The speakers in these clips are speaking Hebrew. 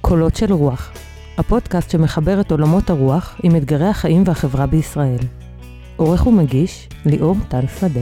קולות של רוח, הפודקאסט שמחבר את עולמות הרוח עם אתגרי החיים והחברה בישראל. עורך ומגיש, ליאור טל שדה.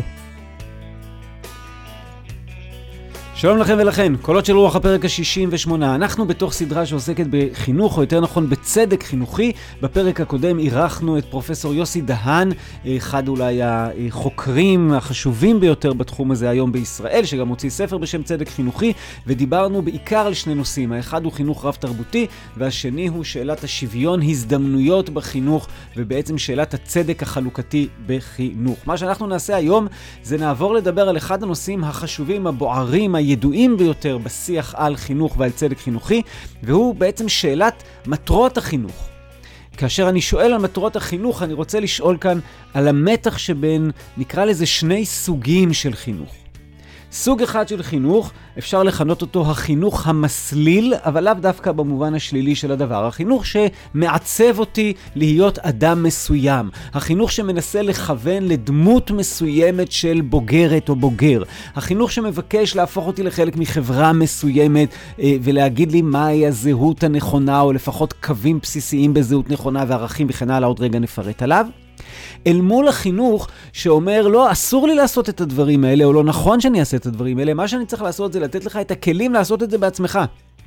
שלום לכם ולכן, קולות של רוח הפרק ה-68. אנחנו בתוך סדרה שעוסקת בחינוך, או יותר נכון בצדק חינוכי. בפרק הקודם אירחנו את פרופסור יוסי דהן, אחד אולי החוקרים החשובים ביותר בתחום הזה היום בישראל, שגם הוציא ספר בשם צדק חינוכי, ודיברנו בעיקר על שני נושאים. האחד הוא חינוך רב תרבותי, והשני הוא שאלת השוויון הזדמנויות בחינוך, ובעצם שאלת הצדק החלוקתי בחינוך. מה שאנחנו נעשה היום זה נעבור לדבר על אחד הנושאים החשובים, הבוערים, הידועים ביותר בשיח על חינוך ועל צדק חינוכי, והוא בעצם שאלת מטרות החינוך. כאשר אני שואל על מטרות החינוך, אני רוצה לשאול כאן על המתח שבין, נקרא לזה, שני סוגים של חינוך. סוג אחד של חינוך, אפשר לכנות אותו החינוך המסליל, אבל לאו דווקא במובן השלילי של הדבר. החינוך שמעצב אותי להיות אדם מסוים. החינוך שמנסה לכוון לדמות מסוימת של בוגרת או בוגר. החינוך שמבקש להפוך אותי לחלק מחברה מסוימת ולהגיד לי מהי הזהות הנכונה, או לפחות קווים בסיסיים בזהות נכונה וערכים וכן הלאה, עוד רגע נפרט עליו. אל מול החינוך שאומר, לא, אסור לי לעשות את הדברים האלה, או לא נכון שאני אעשה את הדברים האלה, מה שאני צריך לעשות זה לתת לך את הכלים לעשות את זה בעצמך.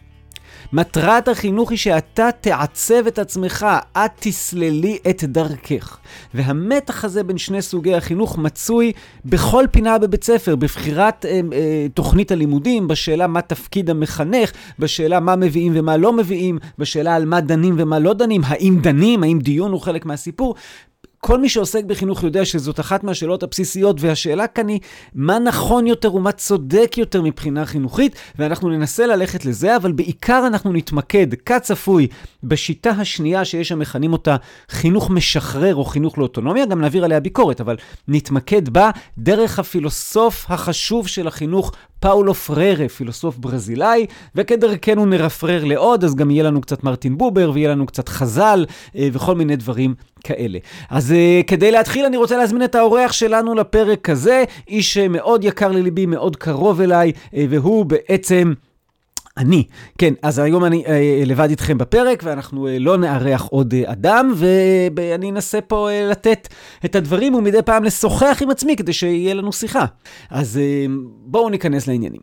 מטרת החינוך היא שאתה תעצב את עצמך, את תסללי את דרכך. והמתח הזה בין שני סוגי החינוך מצוי בכל פינה בבית ספר, בבחירת תוכנית הלימודים, בשאלה מה תפקיד המחנך, בשאלה מה מביאים ומה לא מביאים, בשאלה על מה דנים ומה לא דנים, האם דיון הוא חלק מהסיפור. כל מי שעוסק בחינוך יודע שזאת אחת מהשאלות הבסיסיות, והשאלה כאן היא מה נכון יותר ומה צודק יותר מבחינה חינוכית, ואנחנו ננסה ללכת לזה, אבל בעיקר אנחנו נתמקד כצפוי בשיטה השנייה שיש המכנים אותה חינוך משחרר או חינוך לאוטונומיה, גם נעביר עליה ביקורת, אבל נתמקד בה דרך הפילוסוף החשוב של החינוך, פאולו פררה, פילוסוף ברזילאי, וכדרכנו נרפרר לעוד, אז גם יהיה לנו קצת מרטין בובר, ויהיה לנו קצת חז"ל, וכל מיני דברים כאלה. אז כדי להתחיל אני רוצה להזמין את האורח שלנו לפרק הזה, איש מאוד יקר לליבי, מאוד קרוב אליי, והוא בעצם אני. כן, אז היום אני לבד איתכם בפרק, ואנחנו לא נארח עוד אדם, ואני אנסה פה לתת את הדברים, ומדי פעם לשוחח עם עצמי, כדי שיהיה לנו שיחה. אז בואו ניכנס לעניינים.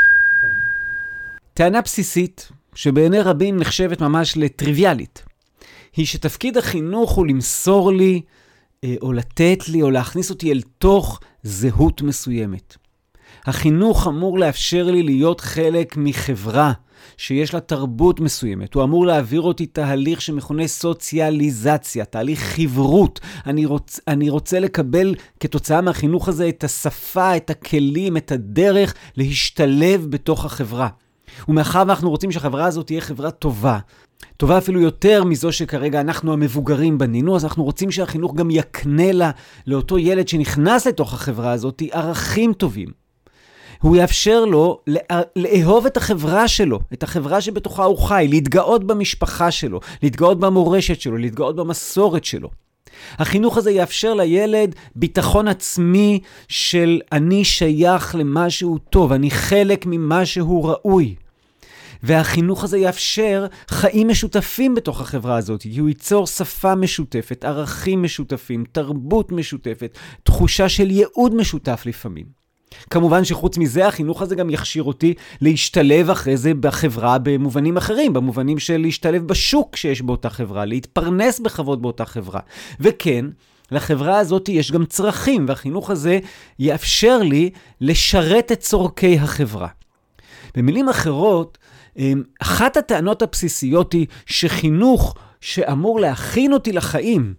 טענה בסיסית, שבעיני רבים נחשבת ממש לטריוויאלית, היא שתפקיד החינוך הוא למסור לי, או לתת לי, או להכניס אותי אל תוך זהות מסוימת. החינוך אמור לאפשר לי להיות חלק מחברה שיש לה תרבות מסוימת. הוא אמור להעביר אותי תהליך שמכונה סוציאליזציה, תהליך חברות. אני רוצה לקבל כתוצאה מהחינוך הזה את השפה, את הכלים, את הדרך להשתלב בתוך החברה. ומאחר ואנחנו רוצים שהחברה הזאת תהיה חברה טובה, טובה אפילו יותר מזו שכרגע אנחנו המבוגרים בנינו, אז אנחנו רוצים שהחינוך גם יקנה לאותו ילד שנכנס לתוך החברה הזאת ערכים טובים. הוא יאפשר לו לאהוב את החברה שלו, את החברה שבתוכה הוא חי, להתגאות במשפחה שלו, להתגאות במורשת שלו, להתגאות במסורת שלו. החינוך הזה יאפשר לילד ביטחון עצמי של אני שייך למשהו טוב, אני חלק ממשהו ראוי. והחינוך הזה יאפשר חיים משותפים בתוך החברה הזאת, הוא ייצור שפה משותפת, ערכים משותפים, תרבות משותפת, תחושה של ייעוד משותף לפעמים. כמובן שחוץ מזה, החינוך הזה גם יכשיר אותי להשתלב אחרי זה בחברה במובנים אחרים, במובנים של להשתלב בשוק שיש באותה חברה, להתפרנס בכבוד באותה חברה. וכן, לחברה הזאת יש גם צרכים, והחינוך הזה יאפשר לי לשרת את צורכי החברה. במילים אחרות, אחת הטענות הבסיסיות היא שחינוך שאמור להכין אותי לחיים,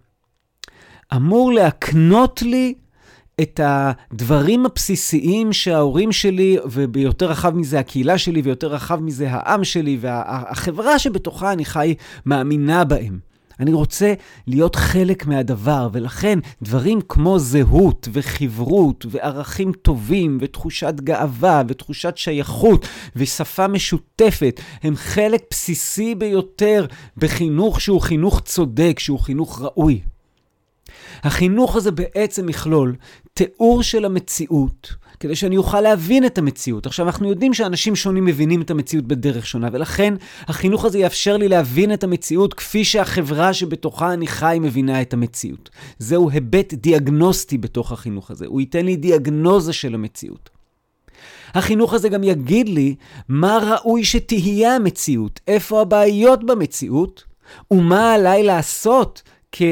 אמור להקנות לי את הדברים הבסיסיים שההורים שלי, וביותר רחב מזה הקהילה שלי, ויותר רחב מזה העם שלי, והחברה שבתוכה אני חי מאמינה בהם. אני רוצה להיות חלק מהדבר, ולכן דברים כמו זהות וחברות וערכים טובים ותחושת גאווה ותחושת שייכות ושפה משותפת הם חלק בסיסי ביותר בחינוך שהוא חינוך צודק, שהוא חינוך ראוי. החינוך הזה בעצם יכלול תיאור של המציאות, כדי שאני אוכל להבין את המציאות. עכשיו, אנחנו יודעים שאנשים שונים מבינים את המציאות בדרך שונה, ולכן החינוך הזה יאפשר לי להבין את המציאות כפי שהחברה שבתוכה אני חי מבינה את המציאות. זהו היבט דיאגנוסטי בתוך החינוך הזה. הוא ייתן לי דיאגנוזה של המציאות. החינוך הזה גם יגיד לי מה ראוי שתהיה המציאות, איפה הבעיות במציאות, ומה עליי לעשות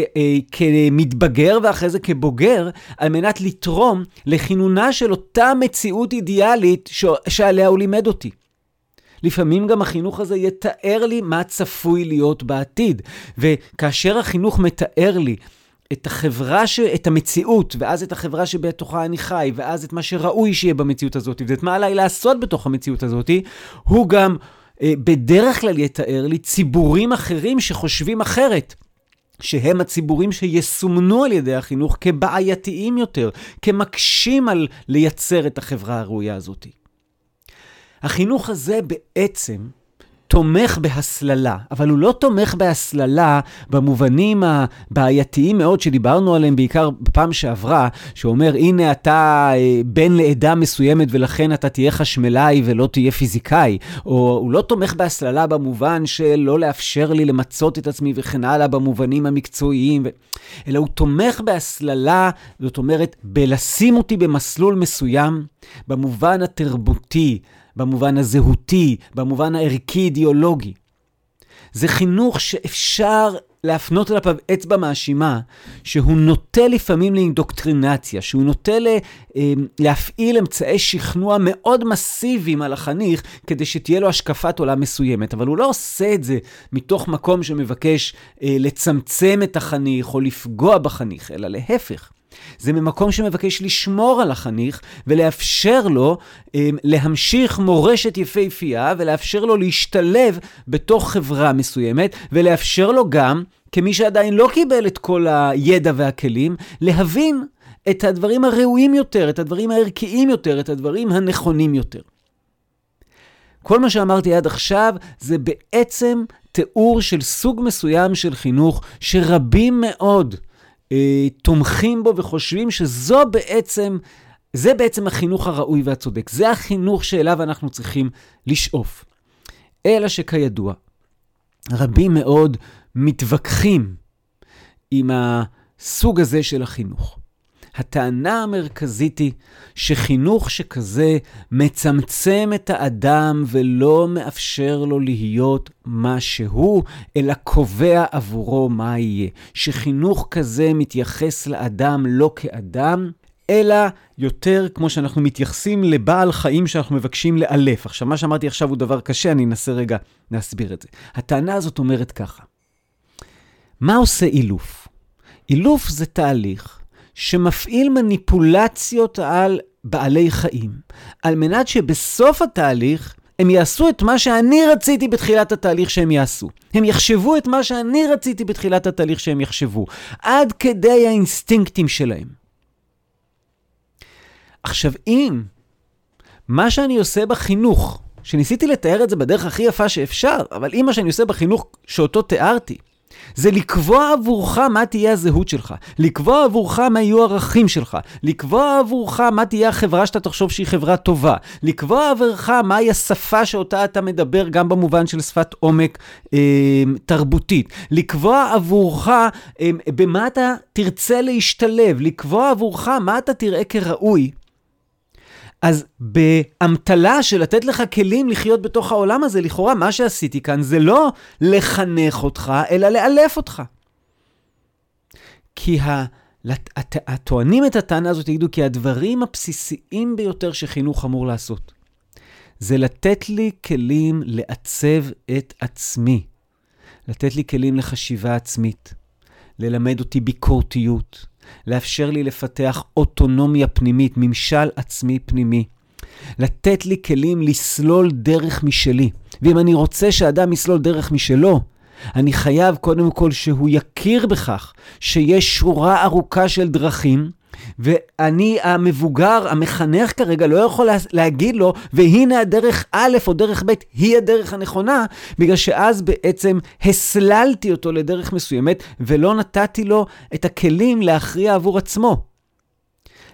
כמתבגר ואחרי זה כבוגר, על מנת לתרום לכינונה של אותה מציאות אידיאלית שעליה הוא לימד אותי. לפעמים גם החינוך הזה יתאר לי מה צפוי להיות בעתיד, וכאשר החינוך מתאר לי את החברה, את המציאות, ואז את החברה שבתוכה אני חי, ואז את מה שראוי שיהיה במציאות הזאת, ואת מה עליי לעשות בתוך המציאות הזאת, הוא גם בדרך כלל יתאר לי ציבורים אחרים שחושבים אחרת, שהם הציבורים שיסומנו על ידי החינוך כבעייתיים יותר, כמקשים על לייצר את החברה הראויה הזאת. החינוך הזה בעצם תומך בהסללה, אבל הוא לא תומך בהסללה במובנים הבעייתיים מאוד שדיברנו עליהם בעיקר בפעם שעברה, שאומר הנה אתה בן לעדה מסוימת ולכן אתה תהיה חשמלאי ולא תהיה פיזיקאי, או הוא לא תומך בהסללה במובן של לא לאפשר לי למצות את עצמי וכן הלאה במובנים המקצועיים, אלא הוא תומך בהסללה, זאת אומרת בלשים אותי במסלול מסוים, במובן התרבותי, במובן הזהותי, במובן הערכי-אידיאולוגי. זה חינוך שאפשר להפנות אליו אצבע מאשימה, שהוא נוטה לפעמים לאינדוקטרינציה, שהוא נוטה להפעיל אמצעי שכנוע מאוד מסיביים על החניך, כדי שתהיה לו השקפת עולם מסוימת. אבל הוא לא עושה את זה מתוך מקום שמבקש לצמצם את החניך או לפגוע בחניך, אלא להפך. זה ממקום שמבקש לשמור על החניך ולאפשר לו להמשיך מורשת יפהפייה ולאפשר לו להשתלב בתוך חברה מסוימת ולאפשר לו גם, כמי שעדיין לא קיבל את כל הידע והכלים, להבין את הדברים הראויים יותר, את הדברים הערכיים יותר, את הדברים הנכונים יותר. כל מה שאמרתי עד עכשיו זה בעצם תיאור של סוג מסוים של חינוך שרבים מאוד תומכים בו וחושבים שזה בעצם החינוך הראוי והצודק. זה החינוך שאליו אנחנו צריכים לשאוף. אלא שכידוע, רבים מאוד מתווכחים עם הסוג הזה של החינוך. הטענה המרכזית היא שחינוך שכזה מצמצם את האדם ולא מאפשר לו להיות מה שהוא, אלא קובע עבורו מה יהיה. שחינוך כזה מתייחס לאדם לא כאדם, אלא יותר כמו שאנחנו מתייחסים לבעל חיים שאנחנו מבקשים לאלף. עכשיו, מה שאמרתי עכשיו הוא דבר קשה, אני אנסה רגע להסביר את זה. הטענה הזאת אומרת ככה. מה עושה אילוף? אילוף זה תהליך שמפעיל מניפולציות על בעלי חיים, על מנת שבסוף התהליך הם יעשו את מה שאני רציתי בתחילת התהליך שהם יעשו. הם יחשבו את מה שאני רציתי בתחילת התהליך שהם יחשבו, עד כדי האינסטינקטים שלהם. עכשיו, אם מה שאני עושה בחינוך, שניסיתי לתאר את זה בדרך הכי יפה שאפשר, אבל אם מה שאני עושה בחינוך שאותו תיארתי, זה לקבוע עבורך מה תהיה הזהות שלך, לקבוע עבורך מה יהיו הערכים שלך, לקבוע עבורך מה תהיה החברה שאתה תחשוב שהיא חברה טובה, לקבוע עבורך מהי השפה שאותה אתה מדבר גם במובן של שפת עומק תרבותית, לקבוע עבורך במה אתה תרצה להשתלב, לקבוע עבורך מה אתה תראה כראוי. אז באמתלה של לתת לך כלים לחיות בתוך העולם הזה, לכאורה מה שעשיתי כאן זה לא לחנך אותך, אלא לאלף אותך. כי הטוענים את הטענה הזאת יגידו, כי הדברים הבסיסיים ביותר שחינוך אמור לעשות, זה לתת לי כלים לעצב את עצמי, לתת לי כלים לחשיבה עצמית, ללמד אותי ביקורתיות, לאפשר לי לפתח אוטונומיה פנימית, ממשל עצמי פנימי. לתת לי כלים לסלול דרך משלי. ואם אני רוצה שאדם יסלול דרך משלו, אני חייב קודם כל שהוא יכיר בכך שיש שורה ארוכה של דרכים, ואני המבוגר, המחנך כרגע, לא יכול להגיד לו, והנה הדרך א' או דרך ב' היא הדרך הנכונה, בגלל שאז בעצם הסללתי אותו לדרך מסוימת, ולא נתתי לו את הכלים להכריע עבור עצמו.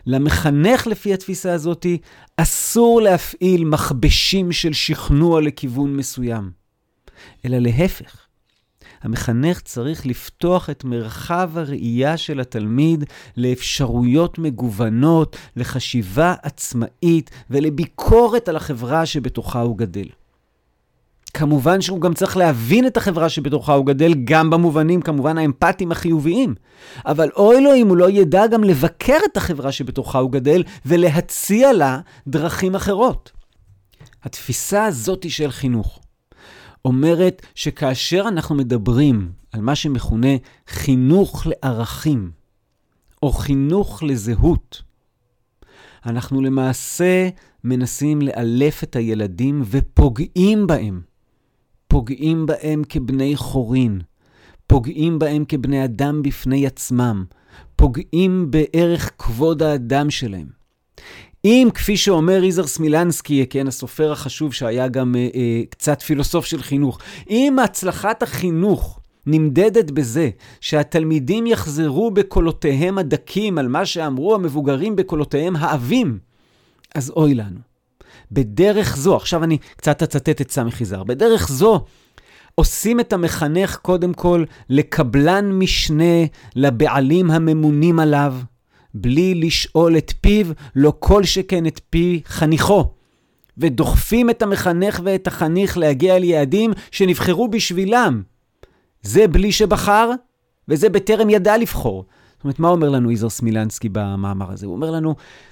למחנך לפי התפיסה הזאת, אסור להפעיל מכבשים של שכנוע לכיוון מסוים, אלא להפך. המחנך צריך לפתוח את מרחב הראייה של התלמיד לאפשרויות מגוונות, לחשיבה עצמאית ולביקורת על החברה שבתוכה הוא גדל. כמובן שהוא גם צריך להבין את החברה שבתוכה הוא גדל, גם במובנים, כמובן, האמפתיים החיוביים. אבל אוי לו אם הוא לא ידע גם לבקר את החברה שבתוכה הוא גדל, ולהציע לה דרכים אחרות. התפיסה הזאת של חינוך אומרת שכאשר אנחנו מדברים על מה שמכונה חינוך לערכים, או חינוך לזהות, אנחנו למעשה מנסים לאלף את הילדים ופוגעים בהם. פוגעים בהם כבני חורין, פוגעים בהם כבני אדם בפני עצמם, פוגעים בערך כבוד האדם שלהם. אם, כפי שאומר איזר סמילנסקי, כן, הסופר החשוב שהיה גם קצת פילוסוף של חינוך, אם הצלחת החינוך נמדדת בזה שהתלמידים יחזרו בקולותיהם הדקים על מה שאמרו המבוגרים בקולותיהם העבים, אז אוי לנו. בדרך זו, עכשיו אני קצת אצטט את סמי חיזר, בדרך זו עושים את המחנך קודם כל לקבלן משנה לבעלים הממונים עליו, בלי לשאול את פיו, לא כל שכן את פי חניכו. ודוחפים את המחנך ואת החניך להגיע אל יעדים שנבחרו בשבילם. זה בלי שבחר, וזה בטרם ידע לבחור. זאת אומרת, מה אומר לנו איזר סמילנסקי במאמר הזה? הוא אומר לנו,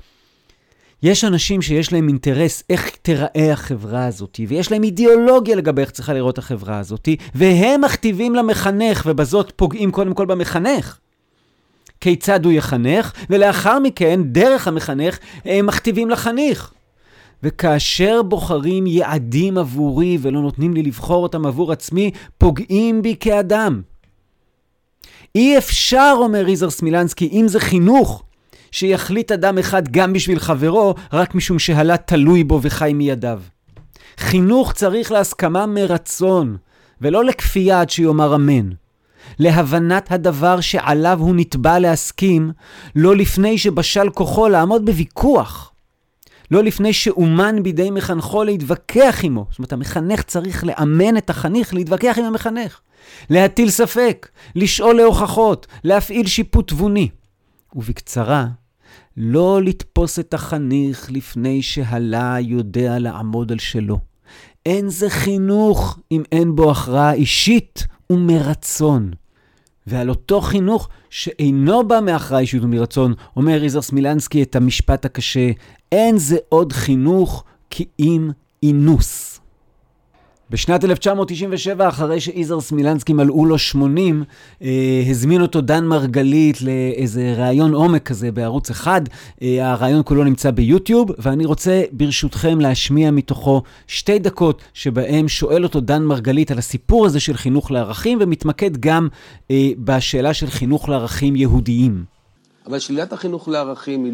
יש אנשים שיש להם אינטרס איך תיראה החברה הזאת, ויש להם אידיאולוגיה לגבי איך צריכה לראות החברה הזאת, והם מכתיבים למחנך, ובזאת פוגעים קודם כל במחנך. כיצד הוא יחנך, ולאחר מכן, דרך המחנך, הם מכתיבים לחניך. וכאשר בוחרים יעדים עבורי, ולא נותנים לי לבחור אותם עבור עצמי, פוגעים בי כאדם. אי אפשר, אומר איזר סמילנסקי, אם זה חינוך, שיחליט אדם אחד גם בשביל חברו, רק משום שהלה תלוי בו וחי מידיו. חינוך צריך להסכמה מרצון, ולא לכפייה עד שיאמר אמן. להבנת הדבר שעליו הוא נתבע להסכים, לא לפני שבשל כוחו לעמוד בוויכוח. לא לפני שאומן בידי מחנכו להתווכח עמו. זאת אומרת, המחנך צריך לאמן את החניך להתווכח עם המחנך. להטיל ספק, לשאול להוכחות, להפעיל שיפוט תבוני. ובקצרה, לא לתפוס את החניך לפני שהלה יודע לעמוד על שלו. אין זה חינוך אם אין בו הכרעה אישית ומרצון. ועל אותו חינוך שאינו בא מהכרעה אישית ומרצון, אומר איזר סמילנסקי את המשפט הקשה, אין זה עוד חינוך כי אם אינוס. בשנת 1997, אחרי שאיזר סמילנסקי מלאו לו 80, הזמין אותו דן מרגלית לאיזה ראיון עומק כזה בערוץ אחד. הראיון כולו נמצא ביוטיוב, ואני רוצה ברשותכם להשמיע מתוכו 2 דקות שבהם שואל אותו דן מרגלית על הסיפור הזה של חינוך לערכים, ומתמקד גם בשאלה של חינוך לערכים יהודיים. אבל שלילת החינוך לערכים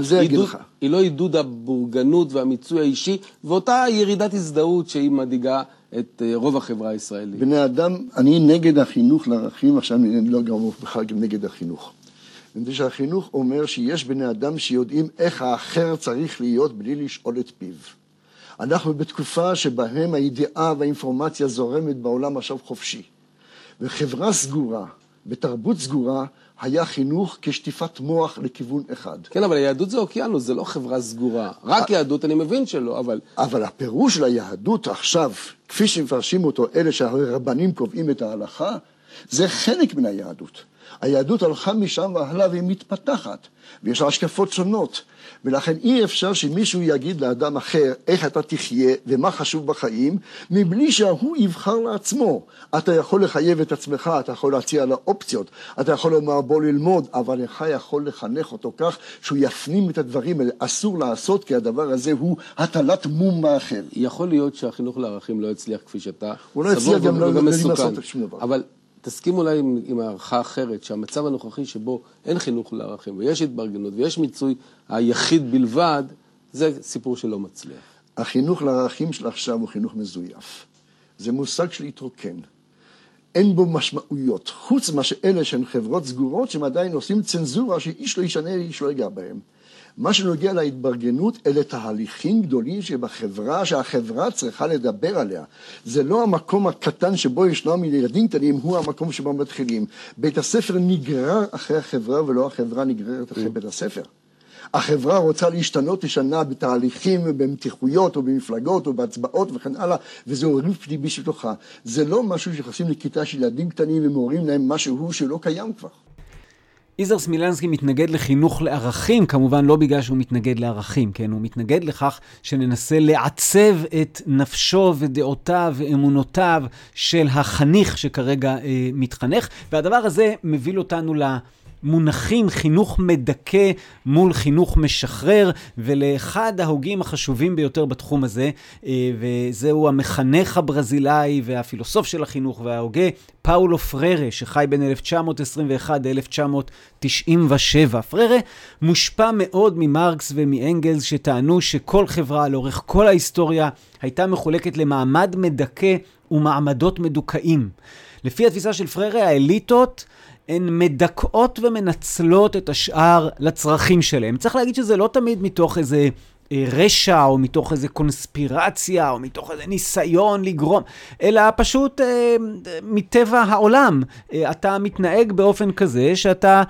היא לא עידוד הבורגנות והמיצוי האישי, ואותה ירידת הזדהות שהיא מדאיגה את רוב החברה הישראלית. בני אדם, אני נגד החינוך לערכים, עכשיו אני לא גם בכלל גם נגד החינוך. מפני שהחינוך אומר שיש בני אדם שיודעים איך האחר צריך להיות בלי לשאול את פיו. אנחנו בתקופה שבהם הידיעה והאינפורמציה זורמת בעולם עכשיו חופשי. וחברה סגורה, בתרבות סגורה, היה חינוך כשטיפת מוח לכיוון אחד. כן, אבל היהדות זה אוקיינוס, זה לא חברה סגורה. רק יהדות, אני מבין שלא, אבל... אבל הפירוש של היהדות עכשיו, כפי שמפרשים אותו, אלה שהרבנים קובעים את ההלכה, זה חלק מן היהדות. היהדות הלכה משם והלאה והיא מתפתחת, ויש לה השקפות שונות. ולכן אי אפשר שמישהו יגיד לאדם אחר איך אתה תחיה ומה חשוב בחיים, מבלי שהוא יבחר לעצמו. אתה יכול לחייב את עצמך, אתה יכול להציע לה אופציות, אתה יכול לומר בוא ללמוד, אבל לך יכול לחנך אותו כך שהוא יפנים את הדברים האלה. אסור לעשות כי הדבר הזה הוא הטלת מום מאחר. יכול להיות שהחינוך לערכים לא יצליח כפי שאתה הוא לא יצליח גם לא לעשות שום דבר. אבל תסכים אולי עם הערכה אחרת, שהמצב הנוכחי שבו אין חינוך לערכים, ויש התברגנות, ויש מיצוי היחיד בלבד, זה סיפור שלא מצליח. החינוך לערכים של עכשיו הוא חינוך מזויף. זה מושג של התרוקן. אין בו משמעויות, חוץ מה שאלה שהן חברות סגורות, שהם עדיין עושים צנזורה שאיש לא ישנה, איש לא ייגע בהם. מה שנוגע להתברגנות, אלה תהליכים גדולים שבחברה, שהחברה צריכה לדבר עליה. זה לא המקום הקטן שבו ישנם ילדים קטנים, הוא המקום שבו מתחילים. בית הספר נגרר אחרי החברה, ולא החברה נגררת אחרי בית הספר. החברה רוצה להשתנות לשנה בתהליכים, במתיחויות או במפלגות או בהצבעות וכן הלאה, וזה ריב פנימי בתוכה. זה לא משהו שיחסים לכיתה של ילדים קטנים ומורים להם משהו שלא קיים כבר. יזהר סמילנסקי מתנגד לחינוך לערכים, כמובן לא בגלל שהוא מתנגד לערכים, כן? הוא מתנגד לכך שננסה לעצב את נפשו ודעותיו ואמונותיו של החניך שכרגע מתחנך, והדבר הזה מביא אותנו מונחים חינוך מדכא מול חינוך משחרר, ולאחד ההוגים החשובים ביותר בתחום הזה, וזהו המחנך הברזילאי והפילוסוף של החינוך וההוגה, פאולו פררה, שחי בין 1921 ל-1997. פררה מושפע מאוד ממרקס ומאנגלס, שטענו שכל חברה לאורך כל ההיסטוריה הייתה מחולקת למעמד מדכא ומעמדות מדוכאים. לפי התפיסה של פררה, האליטות הן מדכאות ומנצלות את השאר לצרכים שלהם. צריך להגיד שזה לא תמיד מתוך איזה רשע, או מתוך איזה קונספירציה, או מתוך איזה ניסיון לגרום, אלא פשוט מטבע העולם. אתה מתנהג באופן כזה שאתה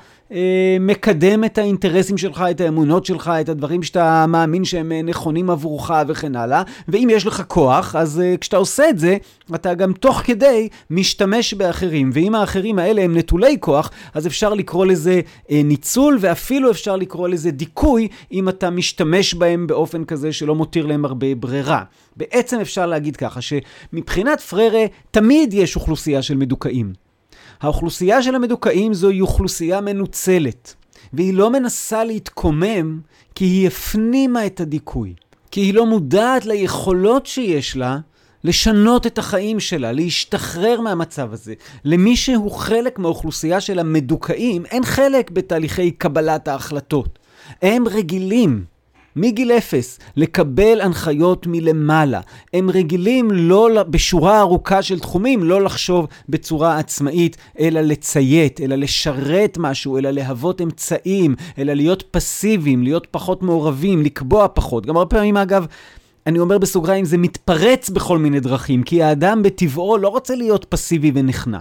מקדם את האינטרסים שלך, את האמונות שלך, את הדברים שאתה מאמין שהם נכונים עבורך וכן הלאה. ואם יש לך כוח, אז כשאתה עושה את זה, אתה גם תוך כדי משתמש באחרים. ואם האחרים האלה הם נטולי כוח, אז אפשר לקרוא לזה ניצול, ואפילו אפשר לקרוא לזה דיכוי, אם אתה משתמש בהם באופן כזה שלא מותיר להם הרבה ברירה. בעצם אפשר להגיד ככה, שמבחינת פררה תמיד יש אוכלוסייה של מדוכאים. האוכלוסייה של המדוכאים זוהי אוכלוסייה מנוצלת, והיא לא מנסה להתקומם כי היא הפנימה את הדיכוי, כי היא לא מודעת ליכולות שיש לה לשנות את החיים שלה, להשתחרר מהמצב הזה. למי שהוא חלק מהאוכלוסייה של המדוכאים, אין חלק בתהליכי קבלת ההחלטות. הם רגילים מגיל 0 לקבל הנחיות מלמעלה. הם רגילים לא בשורה ארוכה של תחומים, לא לחשוב בצורה עצמאית, אלא לציית, אלא לשרת משהו, אלא להוות אמצעים, אלא להיות פסיביים, להיות פחות מעורבים, לקבוע פחות. גם הרבה פעמים אגב, אני אומר בסוגריים, זה מתפרץ בכל מיני דרכים, כי האדם בטבעו לא רוצה להיות פסיבי ונכנע.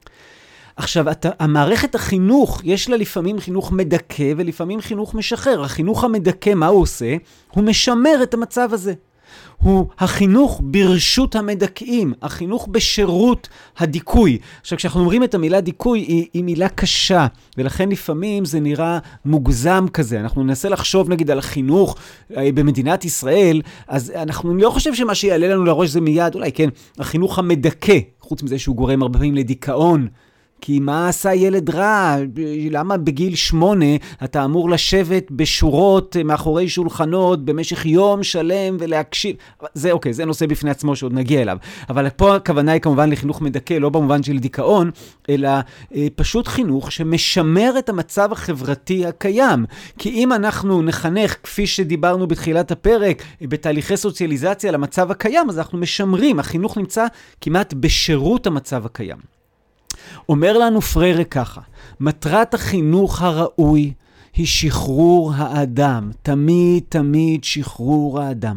עכשיו, המערכת החינוך, יש לה לפעמים חינוך מדכא ולפעמים חינוך משחרר. החינוך המדכא, מה הוא עושה? הוא משמר את המצב הזה. הוא החינוך ברשות המדכאים, החינוך בשירות הדיכוי. עכשיו, כשאנחנו אומרים את המילה דיכוי, היא מילה קשה, ולכן לפעמים זה נראה מוגזם כזה. אנחנו ננסה לחשוב נגיד על החינוך במדינת ישראל, אז אנחנו לא חושב שמה שיעלה לנו לראש זה מיד, אולי כן, החינוך המדכא, חוץ מזה שהוא גורם הרבה פעמים לדיכאון, כי מה עשה ילד רע? למה בגיל 8 אתה אמור לשבת בשורות מאחורי שולחנות במשך יום שלם ולהקשיב? זה אוקיי, זה נושא בפני עצמו שעוד נגיע אליו. אבל פה הכוונה היא כמובן לחינוך מדכא, לא במובן של דיכאון, אלא פשוט חינוך שמשמר את המצב החברתי הקיים. כי אם אנחנו נחנך, כפי שדיברנו בתחילת הפרק, בתהליכי סוציאליזציה למצב הקיים, אז אנחנו משמרים. החינוך נמצא כמעט בשירות המצב הקיים. אומר לנו פררה ככה, מטרת החינוך הראוי היא שחרור האדם, תמיד תמיד שחרור האדם.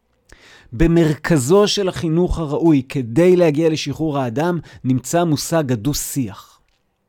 במרכזו של החינוך הראוי, כדי להגיע לשחרור האדם, נמצא מושג הדו-שיח.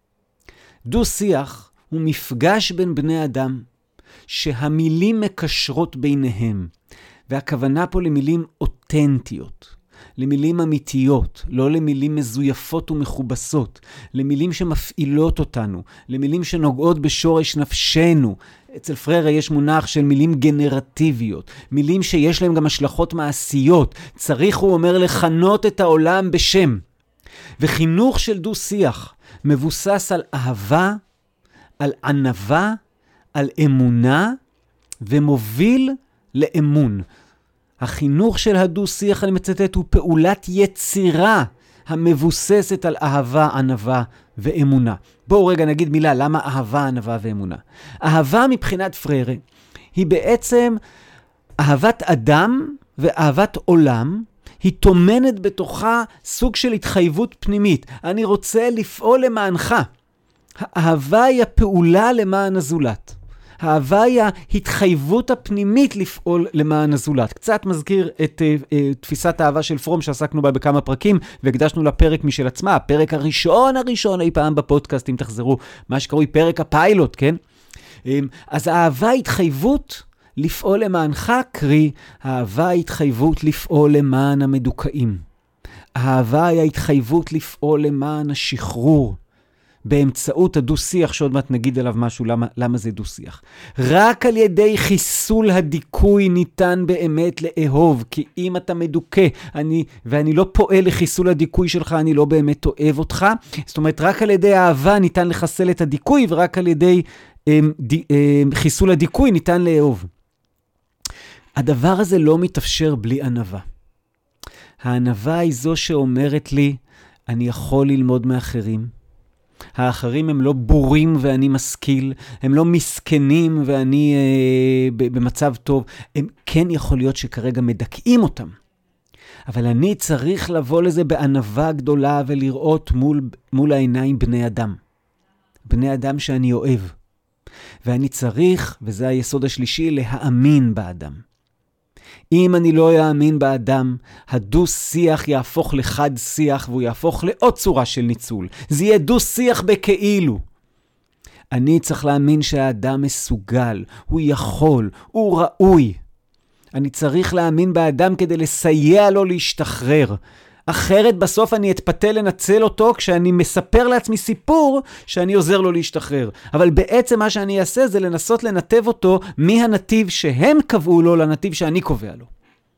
דו-שיח הוא מפגש בין בני אדם, שהמילים מקשרות ביניהם, והכוונה פה למילים אותנטיות. למילים אמיתיות, לא למילים מזויפות ומכובסות, למילים שמפעילות אותנו, למילים שנוגעות בשורש נפשנו. אצל פררה יש מונח של מילים גנרטיביות, מילים שיש להם גם השלכות מעשיות. צריך, הוא אומר, לכנות את העולם בשם. וחינוך של דו-שיח מבוסס על אהבה, על ענווה, על אמונה, ומוביל לאמון. החינוך של הדו-שיח, אני מצטט, הוא פעולת יצירה המבוססת על אהבה, ענווה ואמונה. בואו רגע נגיד מילה, למה אהבה, ענווה ואמונה? אהבה מבחינת פררה היא בעצם אהבת אדם ואהבת עולם, היא תומנת בתוכה סוג של התחייבות פנימית. אני רוצה לפעול למענך. האהבה היא הפעולה למען הזולת. האהבה היא ההתחייבות הפנימית לפעול למען הזולת. קצת מזכיר את תפיסת האהבה של פרום שעסקנו בה בכמה פרקים, והקדשנו לפרק משל עצמה, הפרק הראשון אי פעם בפודקאסט, אם תחזרו, מה שקרוי פרק הפיילוט, כן? אז האהבה היא התחייבות לפעול למענך, קרי, האהבה היא התחייבות לפעול למען המדוכאים. האהבה היא ההתחייבות לפעול למען השחרור, באמצעות הדו-שיח, שעוד מעט נגיד עליו משהו, למה זה דו-שיח. רק על ידי חיסול הדיכוי ניתן באמת לאהוב, כי אם אתה מדוכא, ואני לא פועל לחיסול הדיכוי שלך, אני לא באמת אוהב אותך. זאת אומרת, רק על ידי אהבה ניתן לחסל את הדיכוי, ורק על ידי חיסול הדיכוי ניתן לאהוב. הדבר הזה לא מתאפשר בלי ענווה. הענווה היא זו שאומרת לי, אני יכול ללמוד מאחרים. האחרים הם לא בורים ואני משכיל, הם לא מסכנים ואני במצב טוב. הם כן יכול להיות שכרגע מדכאים אותם. אבל אני צריך לבוא לזה בענווה גדולה ולראות מול העיניים בני אדם. בני אדם שאני אוהב. ואני צריך, וזה היסוד השלישי, להאמין באדם. אם אני לא יאמין באדם, הדו-שיח יהפוך לחד שיח, והוא יהפוך לעוד צורה של ניצול. זה יהיה דו-שיח בכאילו. אני צריך להאמין שהאדם מסוגל, הוא יכול, הוא ראוי. אני צריך להאמין באדם כדי לסייע לו להשתחרר. אחרת בסוף אני אתפתה לנצל אותו כשאני מספר לעצמי סיפור שאני עוזר לו להשתחרר. אבל בעצם מה שאני אעשה זה לנסות לנתב אותו מהנתיב שהם קבעו לו לנתיב שאני קובע לו.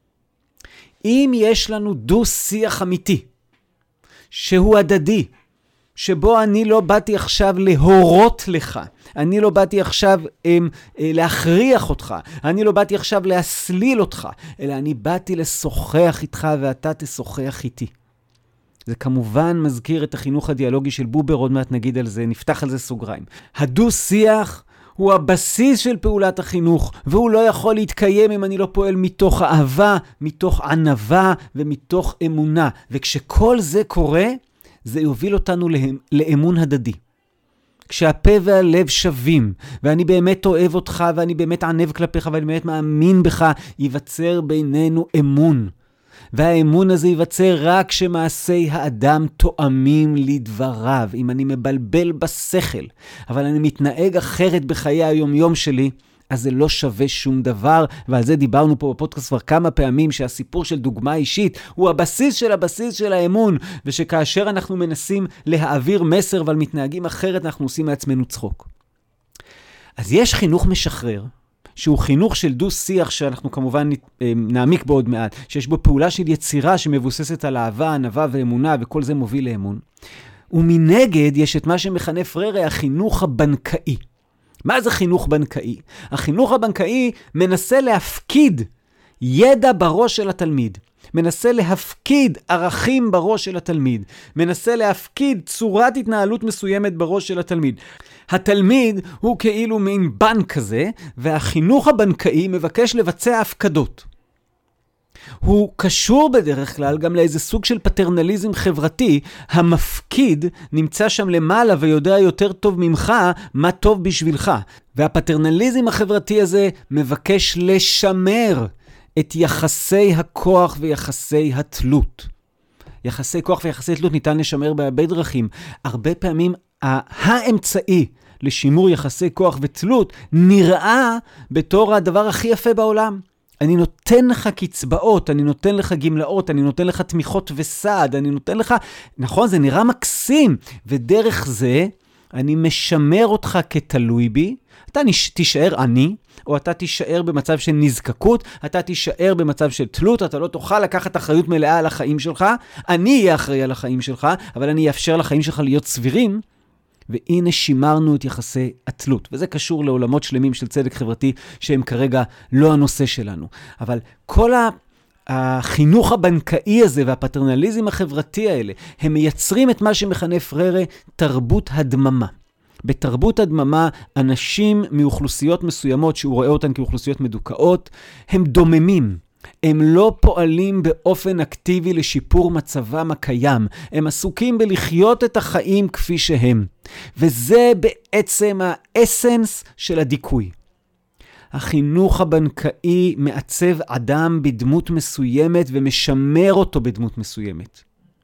אם יש לנו דו-שיח אמיתי, שהוא הדדי, שבו אני לא באתי עכשיו להורות לך, אני לא באתי עכשיו להכריח אותך, אני לא באתי עכשיו להסליל אותך, אלא אני באתי לשוחח איתך ואתה תשוחח איתי. זה כמובן מזכיר את החינוך הדיאלוגי של בובר, עוד מעט נגיד על זה, נפתח על זה סוגריים. הדו-שיח הוא הבסיס של פעולת החינוך, והוא לא יכול להתקיים אם אני לא פועל מתוך אהבה, מתוך ענווה ומתוך אמונה. וכשכל זה קורה, זה יוביל אותנו לאמון הדדי. כשהפה והלב שווים, ואני באמת אוהב אותך, ואני באמת ענב כלפיך, ואני באמת מאמין בך, ייווצר בינינו אמון. והאמון הזה ייווצר רק כשמעשי האדם תואמים לדבריו. אם אני מבלבל בשכל, אבל אני מתנהג אחרת בחיי היום-יום שלי, אז זה לא שווה שום דבר, ועל זה דיברנו פה בפודקאסט כבר כמה פעמים, שהסיפור של דוגמה אישית הוא הבסיס של האמון, ושכאשר אנחנו מנסים להעביר מסר, אבל מתנהגים אחרת, אנחנו עושים מעצמנו צחוק. אז יש חינוך משחרר, שהוא חינוך של דו-שיח, שאנחנו כמובן נעמיק בו עוד מעט, שיש בו פעולה של יצירה שמבוססת על אהבה, ענווה ואמונה, וכל זה מוביל לאמון. ומנגד יש את מה שמכנה פררה החינוך הבנקאי. מה זה חינוך בנקאי? החינוך הבנקאי מנסה להפקיד ידע בראש של התלמיד, מנסה להפקיד ערכים בראש של התלמיד, מנסה להפקיד צורת התנהלות מסוימת בראש של התלמיד. התלמיד הוא כאילו מין בנק כזה, והחינוך הבנקאי מבקש לבצע הפקדות. הוא קשור בדרך כלל גם לאיזה סוג של פטרנליזם חברתי. המפקיד נמצא שם למעלה ויודע יותר טוב ממך מה טוב בשבילך. והפטרנליזם החברתי הזה מבקש לשמר את יחסי הכוח ויחסי התלות. יחסי כוח ויחסי תלות ניתן לשמר בהרבה דרכים. הרבה פעמים האמצעי לשימור יחסי כוח ותלות נראה בתור הדבר הכי יפה בעולם. אני נותן לך קצבאות, אני נותן לך גמלאות, אני נותן לך תמיכות וסעד, אני נותן לך, נכון, זה נראה מקסים, ודרך זה אני משמר אותך כתלוי בי, אתה תישאר עני, או אתה תישאר במצב של נזקקות, אתה תישאר במצב של תלות, אתה לא תוכל לקחת אחריות מלאה על החיים שלך, אני אהיה אחראי על החיים שלך, אבל אני אאפשר לחיים שלך להיות סבירים, והנה שימרנו את יחסי התלות. וזה קשור לעולמות שלמים של צדק חברתי, שהם כרגע לא הנושא שלנו. אבל כל החינוך הבנקאי הזה והפטרנליזם החברתי האלה, הם מייצרים את מה שמכנה פררה תרבות הדממה. בתרבות הדממה, אנשים מאוכלוסיות מסוימות, שהוא רואה אותן כאוכלוסיות מדוכאות, הם דוממים. הם לא פועלים באופן אקטיבי לשיפור מצבם הקיים. הם עסוקים בלחיות את החיים כפי שהם. וזה בעצם האסנס של הדיכוי. החינוך הבנקאי מעצב אדם בדמות מסוימת ומשמר אותו בדמות מסוימת.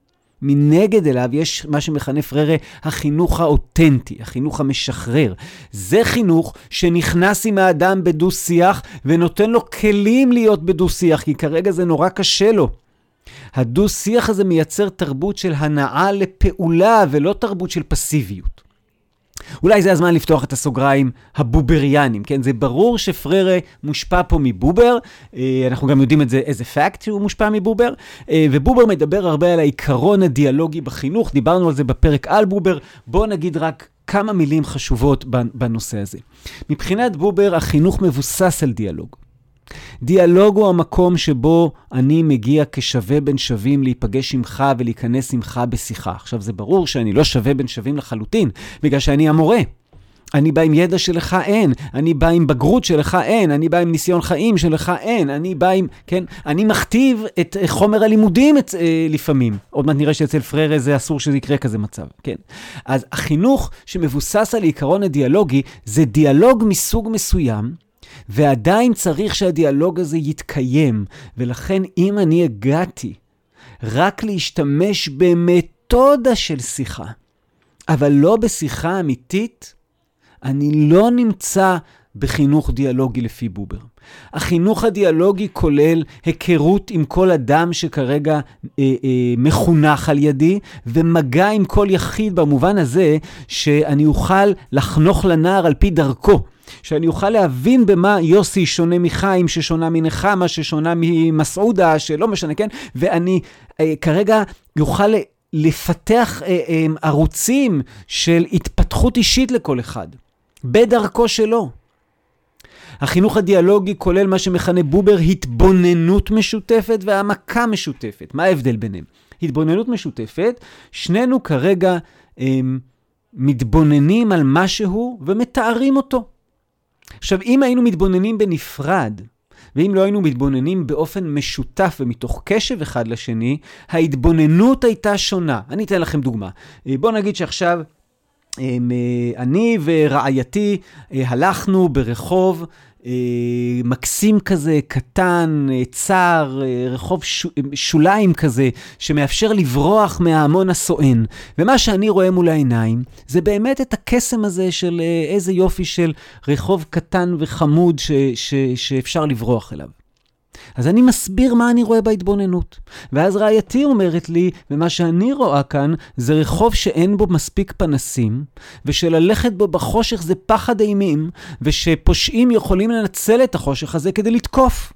מנגד אליו יש מה שמכנה פררה החינוך האותנטי, החינוך המשחרר. זה חינוך שנכנס עם האדם בדו שיח ונותן לו כלים להיות בדו שיח, כי כרגע זה נורא קשה לו. הדו שיח הזה מייצר תרבות של הנאה לפעולה ולא תרבות של פסיביות. אולי זה הזמן לפתוח את הסוגריים הבובריאנים, כן? זה ברור שפררה מושפע פה מבובר, אנחנו גם יודעים את זה איזה פאקט שהוא מושפע מבובר, ובובר מדבר הרבה על העיקרון הדיאלוגי בחינוך, דיברנו על זה בפרק על בובר, בואו נגיד רק כמה מילים חשובות בנושא הזה. מבחינת בובר, החינוך מבוסס על דיאלוג. דיאלוג הוא המקום שבו אני מגיע כשווה בין שווים להיפגש עמך ולהיכנס עמך בשיחה. עכשיו זה ברור שאני לא שווה בין שווים לחלוטין, בגלל שאני המורה. אני בא עם ידע שלך אין, אני בא עם בגרות שלך אין, אני בא עם ניסיון חיים שלך אין, אני בא עם, כן, אני מכתיב את חומר הלימודים לפעמים. עוד מעט נראה שאצל פררה זה אסור שזה יקרה כזה מצב, כן. אז החינוך שמבוסס על העיקרון הדיאלוגי, זה דיאלוג מסוג מסוים, ועדיין צריך שהדיאלוג הזה יתקיים, ולכן אם אני הגעתי רק להשתמש במתודה של שיחה, אבל לא בשיחה אמיתית, אני לא נמצא בחינוך דיאלוגי לפי בובר. החינוך הדיאלוגי כולל היכרות עם כל אדם שכרגע מחונך על ידי, ומגע עם כל יחיד במובן הזה שאני אוכל לחנוך לנער על פי דרכו. שאני אוכל להבין במה יוסי שונה מחיים, ששונה מנחמה, ששונה ממסעודה, שלא משנה, כן? ואני כרגע יוכל לפתח ערוצים של התפתחות אישית לכל אחד, בדרכו שלו. החינוך הדיאלוגי כולל מה שמכנה בובר התבוננות משותפת והעמקה משותפת. מה ההבדל ביניהם? התבוננות משותפת, שנינו כרגע מתבוננים על משהו ומתארים אותו. עכשיו, אם היינו מתבוננים בנפרד, ואם לא היינו מתבוננים באופן משותף ומתוך קשב אחד לשני, ההתבוננות הייתה שונה. אני אתן לכם דוגמה. בואו נגיד שעכשיו אני ורעייתי הלכנו ברחוב מקסים כזה, קטן, צר, רחוב שוליים כזה, שמאפשר לברוח מההמון הסואן. ומה שאני רואה מול העיניים, זה באמת את הקסם הזה של איזה יופי של רחוב קטן וחמוד שאפשר לברוח אליו. אז אני מסביר מה אני רואה בהתבוננות. ואז רעייתי אומרת לי, ומה שאני רואה כאן, זה רחוב שאין בו מספיק פנסים, ושללכת בו בחושך זה פחד אימים, ושפושעים יכולים לנצל את החושך הזה כדי לתקוף.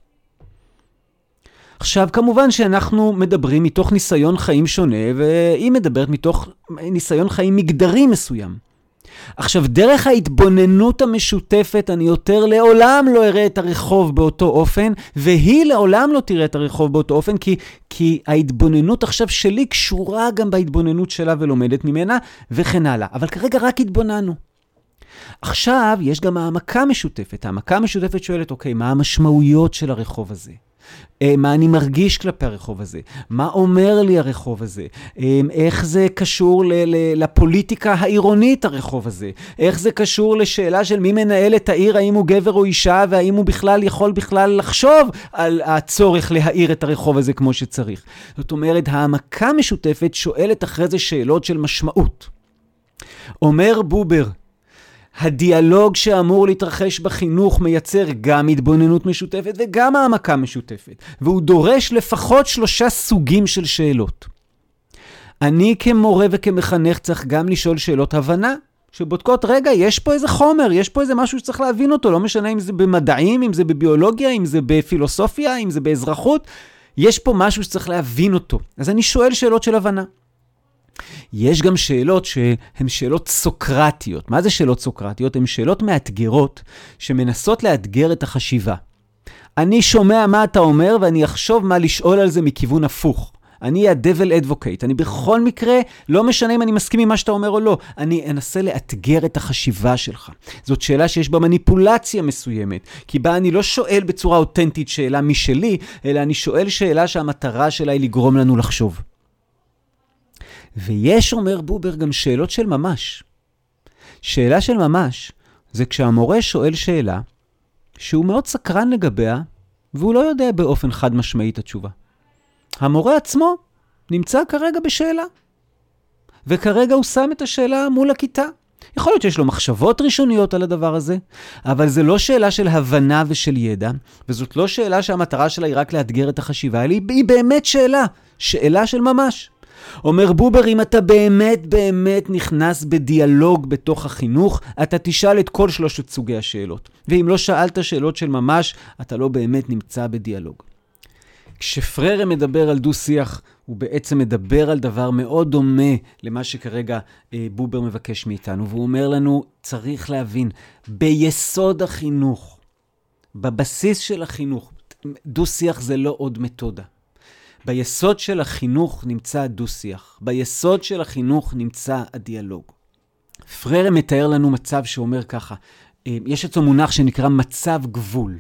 עכשיו, כמובן שאנחנו מדברים מתוך ניסיון חיים שונה, והיא מדברת מתוך ניסיון חיים מגדרי מסוים. עכשיו, דרך ההתבוננות המשותפת, אני יותר לעולם לא אראה את הרחוב באותו אופן, והיא לעולם לא תראה את הרחוב באותו אופן, כי ההתבוננות עכשיו שלי קשורה גם בהתבוננות שלה ולומדת ממנה, וכן הלאה. אבל כרגע רק התבוננו. עכשיו, יש גם העמקה משותפת. העמקה משותפת שואלת, אוקיי, מה המשמעויות של הרחוב הזה? מה אני מרגיש כלפי הרחוב הזה? מה אומר לי הרחוב הזה? איך זה קשור לפוליטיקה העירונית הרחוב הזה? איך זה קשור לשאלה של מי מנהל את העיר, האם הוא גבר או אישה, והאם הוא בכלל יכול לחשוב על הצורך להעיר את הרחוב הזה כמו שצריך? זאת אומרת, העמקה משותפת שואלת אחרי זה שאלות של משמעות. אומר בובר, הדיאלוג שאמור להתרחש בחינוך מייצר גם התבוננות משותפת וגם העמקה משותפת, והוא דורש לפחות 3 סוגים של שאלות. אני כמורה וכמחנך צריך גם לשאול שאלות הבנה, שבודקות, רגע, יש פה איזה חומר, יש פה איזה משהו שצריך להבין אותו, לא משנה אם זה במדעים, אם זה בביולוגיה, אם זה בפילוסופיה, אם זה באזרחות, יש פה משהו שצריך להבין אותו. אז אני שואל שאלות של הבנה. יש גם שאלות שהן שאלות סוקרטיות. מה זה שאלות סוקרטיות? הן שאלות מאתגרות שמנסות לאתגר את החשיבה. אני שומע מה אתה אומר ואני אחשוב מה לשאול על זה מכיוון הפוך. אני ה-devil advocate. אני בכל מקרה, לא משנה אם אני מסכים עם מה שאתה אומר או לא, אני אנסה לאתגר את החשיבה שלך. זאת שאלה שיש בה מניפולציה מסוימת, כי בה אני לא שואל בצורה אותנטית שאלה משלי, אלא אני שואל שאלה שהמטרה שלה היא לגרום לנו לחשוב. ויש, אומר בובר, גם שאלות של ממש. שאלה של ממש זה כשהמורה שואל שאלה שהוא מאוד סקרן לגביה, והוא לא יודע באופן חד משמעי את התשובה. המורה עצמו נמצא כרגע בשאלה, וכרגע הוא שם את השאלה מול הכיתה. יכול להיות שיש לו מחשבות ראשוניות על הדבר הזה, אבל זה לא שאלה של הבנה ושל ידע, וזאת לא שאלה שהמטרה שלה היא רק לאתגר את החשיבה, אלא היא באמת שאלה של ממש. אומר בובר, אם אתה באמת נכנס בדיאלוג בתוך החינוך, אתה תשאל את כל 3 סוגי השאלות. ואם לא שאלת שאלות של ממש, אתה לא באמת נמצא בדיאלוג. כשפררה מדבר על דו-שיח, הוא בעצם מדבר על דבר מאוד דומה למה שכרגע בובר מבקש מאיתנו, והוא אומר לנו, צריך להבין, ביסוד החינוך, בבסיס של החינוך, דו-שיח זה לא עוד מתודה. ביסוד של החינוך נמצא דו-שיח, ביסוד של החינוך נמצא הדיאלוג. פררה מתאר לנו מצב שאומר ככה, יש אצלו מונח שנקרא מצב גבול.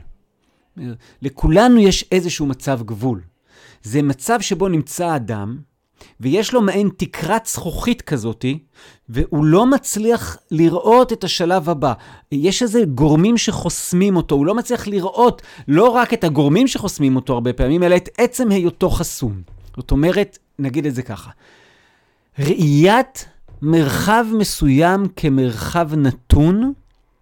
לכולנו יש איזשהו מצב גבול. זה מצב שבו נמצא אדם, ויש לו מעין תקרת זכוכית כזאת, והוא לא מצליח לראות את השלב הבא. יש איזה גורמים שחוסמים אותו, הוא לא מצליח לראות לא רק את הגורמים שחוסמים אותו הרבה פעמים, אלא את עצם היותו חסום. זאת אומרת, נגיד את זה ככה, ראיית מרחב מסוים כמרחב נתון,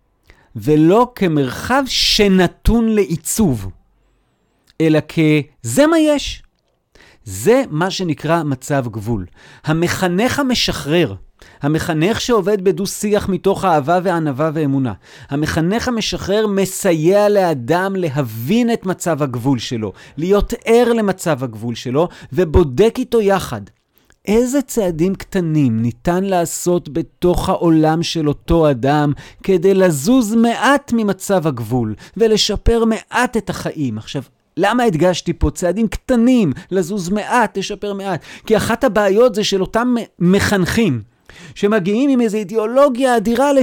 ולא כמרחב שנתון לעיצוב, אלא כזה מה יש. זה מה שנקרא מצב גבול. המחנך המשחרר, המחנך שעובד בדו-שיח מתוך אהבה וענווה ואמונה, המחנך המשחרר מסייע לאדם להבין את מצב הגבול שלו, להיות ער למצב הגבול שלו, ובודק איתו יחד. איזה צעדים קטנים ניתן לעשות בתוך העולם של אותו אדם כדי לזוז מעט ממצב הגבול ולשפר מעט את החיים. עכשיו, למה הדגשתי פה צעדים קטנים, לזוז מעט, לשפר מעט? כי אחת הבעיות זה של אותם מחנכים שמגיעים עם איזו אידיאולוגיה אדירה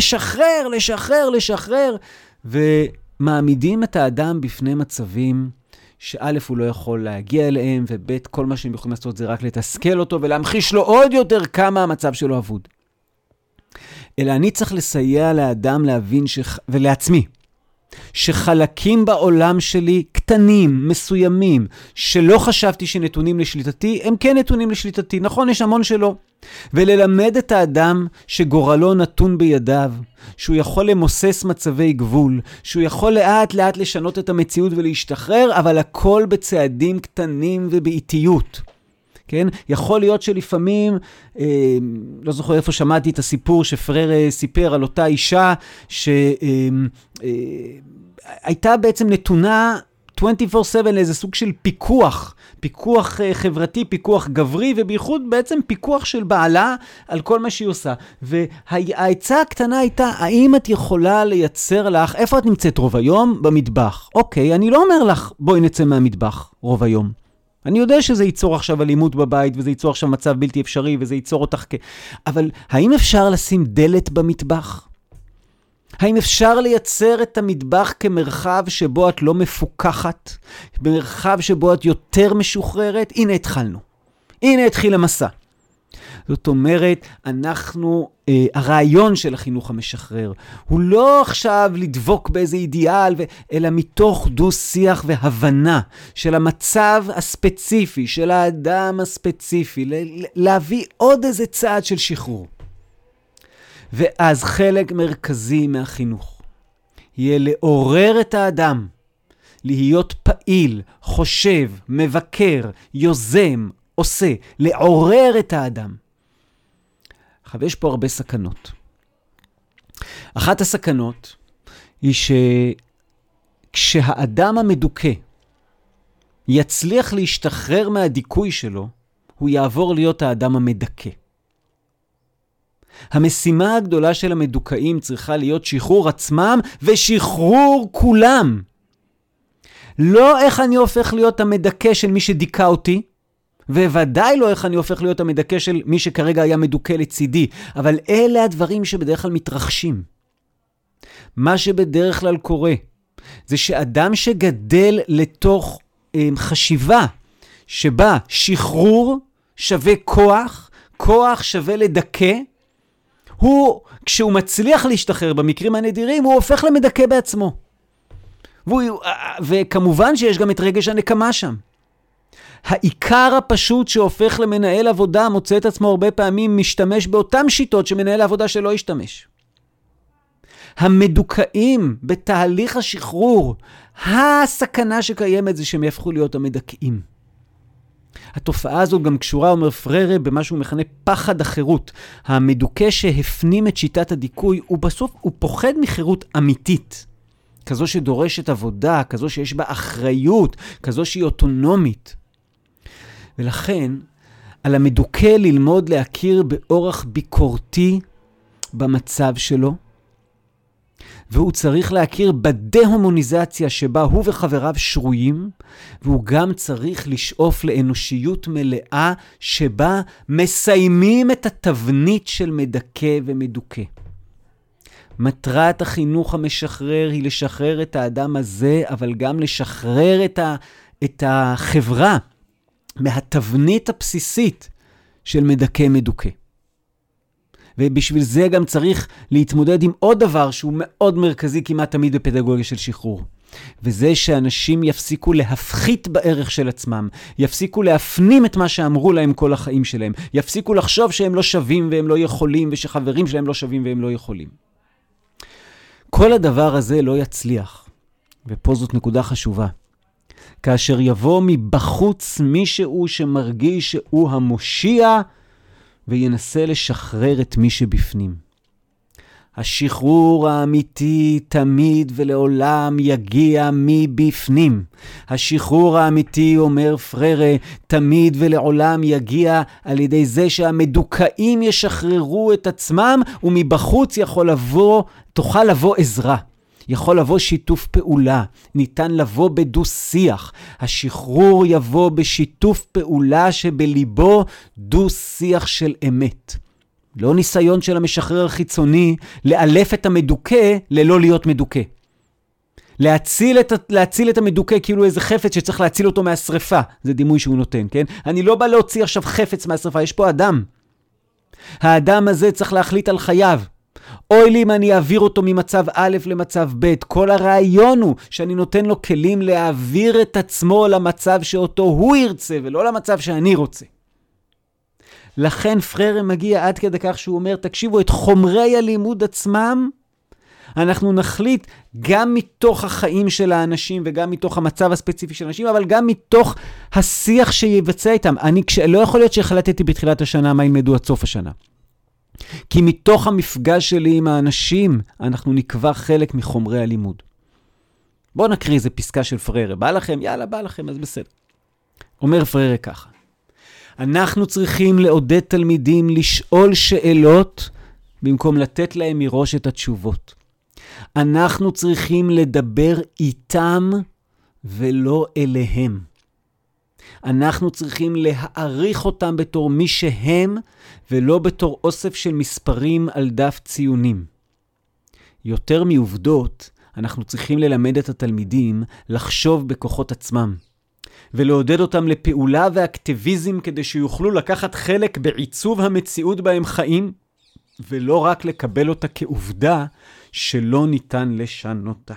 לשחרר, ומעמידים את האדם בפני מצבים שא' הוא לא יכול להגיע אליהם, וב' כל מה שהם יכולים לעשות זה רק לתסכל אותו ולהמחיש לו עוד יותר כמה המצב שלו אבוד. אלא אני צריך לסייע לאדם להבין ולעצמי, שחלקים בעולם שלי קטנים, מסוימים, שלא חשבתי שנתונים לשליטתי, הם כן נתונים לשליטתי. נכון, יש המון שלא. וללמד את האדם שגורלו נתון בידיו, שהוא יכול למוסס מצבי גבול, שהוא יכול לאט לאט לשנות את המציאות ולהשתחרר, אבל הכל בצעדים קטנים ובאיטיות. כן? יכול להיות שלפעמים, לא זוכר איפה שמעתי את הסיפור שפררה סיפר על אותה אישה שהייתה בעצם נתונה 24/7 לאיזה סוג של פיקוח חברתי, פיקוח גברי, ובייחוד בעצם פיקוח של בעלה על כל מה שהיא עושה. וההצעה הקטנה הייתה, האם את יכולה לייצר לך, איפה את נמצאת רוב היום? במטבח. אוקיי, אני לא אומר לך, בואי נצא מהמטבח רוב היום. אני יודע שזה ייצור עכשיו אלימות בבית, וזה ייצור עכשיו מצב בלתי אפשרי, וזה ייצור אותך אבל האם אפשר לשים דלת במטבח? האם אפשר לייצר את המטבח כמרחב שבו את לא מפוקחת? במרחב שבו את יותר משוחררת? הנה התחלנו. הנה התחיל המסע. זאת אומרת, הרעיון של החינוך המשחרר, הוא לא עכשיו לדבוק באיזה אידיאל, אלא מתוך דו-שיח והבנה של המצב הספציפי, של האדם הספציפי, להביא עוד איזה צעד של שחרור. ואז חלק מרכזי מהחינוך יהיה לעורר את האדם, להיות פעיל, חושב, מבקר, יוזם, עושה, לעורר את האדם. עכשיו, יש פה הרבה סכנות. אחת הסכנות היא שכשהאדם המדוכא יצליח להשתחרר מהדיכוי שלו, הוא יעבור להיות האדם המדכא. המשימה הגדולה של המדוכאים צריכה להיות שחרור עצמם ושחרור כולם. לא איך אני הופך להיות המדכא של מי שדיכא אותי, וודאי לא איך אני הופך להיות המדכא של מי שכרגע היה מדוכא לצידי, אבל אלה הדברים שבדרך כלל מתרחשים. מה שבדרך כלל קורה, זה שאדם שגדל לתוך חשיבה שבה שחרור שווה כוח, כוח שווה לדכא, כשהוא מצליח להשתחרר במקרים הנדירים, הוא הופך למדכא בעצמו. וכמובן שיש גם את רגש הנקמה שם. העיקר הפשוט שהופך למנהל עבודה מוצא את עצמו הרבה פעמים משתמש באותם שיטות שמנהל העבודה שלא ישתמש. המדוכאים בתהליך השחרור, הסכנה שקיימת זה שהם יהפכו להיות המדכאים. התופעה הזאת גם קשורה, אומר פררה, במה שהוא מכנה פחד החירות. המדוכא שהפנים את שיטת הדיכוי, ובסוף הוא פוחד מחירות אמיתית. כזו שדורשת עבודה, כזו שיש בה אחריות, כזו שהיא אוטונומית. ולכן, על המדוכא ללמוד להכיר באורח ביקורתי במצב שלו, והוא צריך להכיר בדה-הומוניזציה שבה הוא וחבריו שרויים, והוא גם צריך לשאוף לאנושיות מלאה שבה מסיימים את התבנית של מדכא ומדוכא. מטרת החינוך המשחרר היא לשחרר את האדם הזה, אבל גם לשחרר את החברה מהתבנית הבסיסית של מדכא מדוכא. ובשביל זה גם צריך להתמודד עם עוד דבר שהוא מאוד מרכזי כמעט תמיד בפדגוגיה של שחרור. וזה שאנשים יפסיקו להפחית בערך של עצמם, יפסיקו להפנים את מה שאמרו להם כל החיים שלהם, יפסיקו לחשוב שהם לא שווים והם לא יכולים, ושחברים שלהם לא שווים והם לא יכולים. כל הדבר הזה לא יצליח, ופה זאת נקודה חשובה. כאשר יבוא מבחוץ מישהו שמרגיש שהוא המושיע, וינסה לשחרר את מי שבפנים. השחרור האמיתי תמיד ולעולם יגיע מבפנים. השחרור האמיתי, אומר פררה, תמיד ולעולם יגיע על ידי זה שהמדוכאים ישחררו את עצמם, ומבחוץ תוכל לבוא עזרה. יכול לבוא שיתוף פעולה, ניתן לבוא בדו-שיח. השחרור יבוא בשיתוף פעולה שבליבו דו-שיח של אמת. לא ניסיון של המשחרר החיצוני לאלף את המדוכא ללא להיות מדוכא. להציל את המדוכא כאילו איזה חפץ שצריך להציל אותו מהשריפה. זה דימוי שהוא נותן, כן? אני לא בא להוציא עכשיו חפץ מהשריפה, יש פה אדם. האדם הזה צריך להחליט על חייו. אוי לי אם אני אעביר אותו ממצב א' למצב ב'. כל הרעיון הוא שאני נותן לו כלים להעביר את עצמו למצב שאותו הוא ירצה, ולא למצב שאני רוצה. לכן פררה מגיע עד כדי כך שהוא אומר, תקשיבו, את חומרי הלימוד עצמם, אנחנו נחליט גם מתוך החיים של האנשים, וגם מתוך המצב הספציפי של האנשים, אבל גם מתוך השיח שיבצע איתם. לא יכול להיות שהחלטתי בתחילת השנה מה ילמדו עד סוף השנה. כי מתוך המפגש שלי עם האנשים, אנחנו נקבע חלק מחומרי הלימוד. בואו נקריא איזה פסקה של פררה. בא לכם? יאללה, בא לכם, אז בסדר. אומר פררה ככה. אנחנו צריכים לעודד תלמידים לשאול שאלות, במקום לתת להם מראש את התשובות. אנחנו צריכים לדבר איתם ולא אליהם. אנחנו צריכים להעריך אותם בתור מי שהם, ולא בתור אוסף של מספרים על דף ציונים. יותר מעובדות, אנחנו צריכים ללמד את התלמידים לחשוב בכוחות עצמם, ולעודד אותם לפעולה ואקטיביזם כדי שיוכלו לקחת חלק בעיצוב המציאות בהם חיים, ולא רק לקבל אותה כעובדה שלא ניתן לשנותה.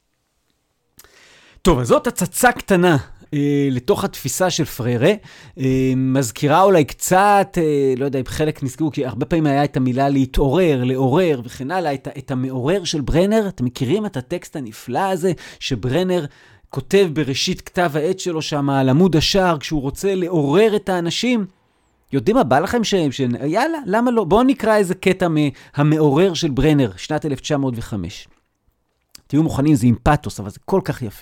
טוב, אז זאת הצצה קטנה לתוך התפיסה של פררה, מזכירה אולי קצת, לא יודע אם חלק נזכרו, כי הרבה פעמים היה את המילה להתעורר, לעורר וכן הלאה, את המעורר של ברנר. אתם מכירים את הטקסט הנפלא הזה שברנר כותב בראשית כתב העת שלו שם על עמוד השער, כשהוא רוצה לעורר את האנשים? יודעים מה בא לכם יאללה, למה לא? בואו נקרא איזה קטע מהמעורר של ברנר, שנת 1905. תהיו מוכנים, זה עם פאטוס, אבל זה כל כך יפה.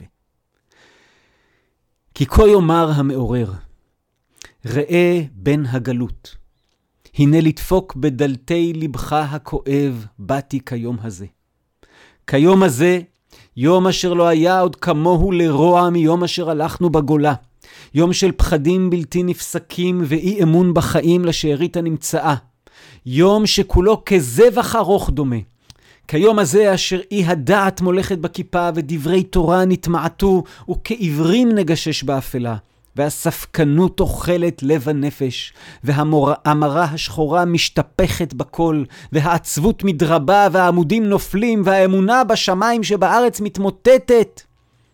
כי כה יאמר המעורר, ראה בן הגלות, הנה לדפוק בדלתי לבך הכואב, באתי כיום הזה. כיום הזה, יום אשר לא היה עוד כמוהו לרוע מיום אשר הלכנו בגולה. יום של פחדים בלתי נפסקים ואי אמון בחיים לשארית הנמצאה. יום שכולו כזבח ארוך דומה. כיום הזה אשר אי הדעת מולכת בכיפה ודברי תורה נתמעטו וכעברים נגשש באפלה. והספקנות אוכלת לב הנפש, והמרה השחורה משתפכת בכל, והעצבות מדרבה, והעמודים נופלים, והאמונה בשמיים שבארץ מתמוטטת.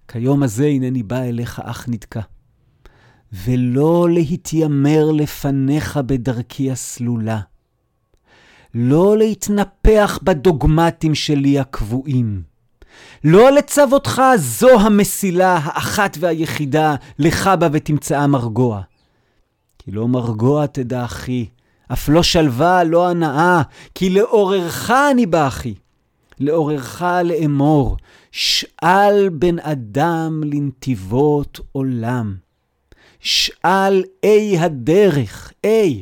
כיום הזה הנני בא אליך אך נדקה. ולא להתיימר לפניך בדרכי הסלולה. לא להתנפח בדוגמטים שלי הקבועים. לא לצוותך זו המסילה האחת והיחידה, לך בה ותמצאה מרגוע. כי לא מרגוע תדע אחי, אף לא שלווה, לא הנאה, כי לעוררך אני בא אחי. לעוררך לאמור, שאל בן אדם לנתיבות עולם. שאל אי הדרך, אי.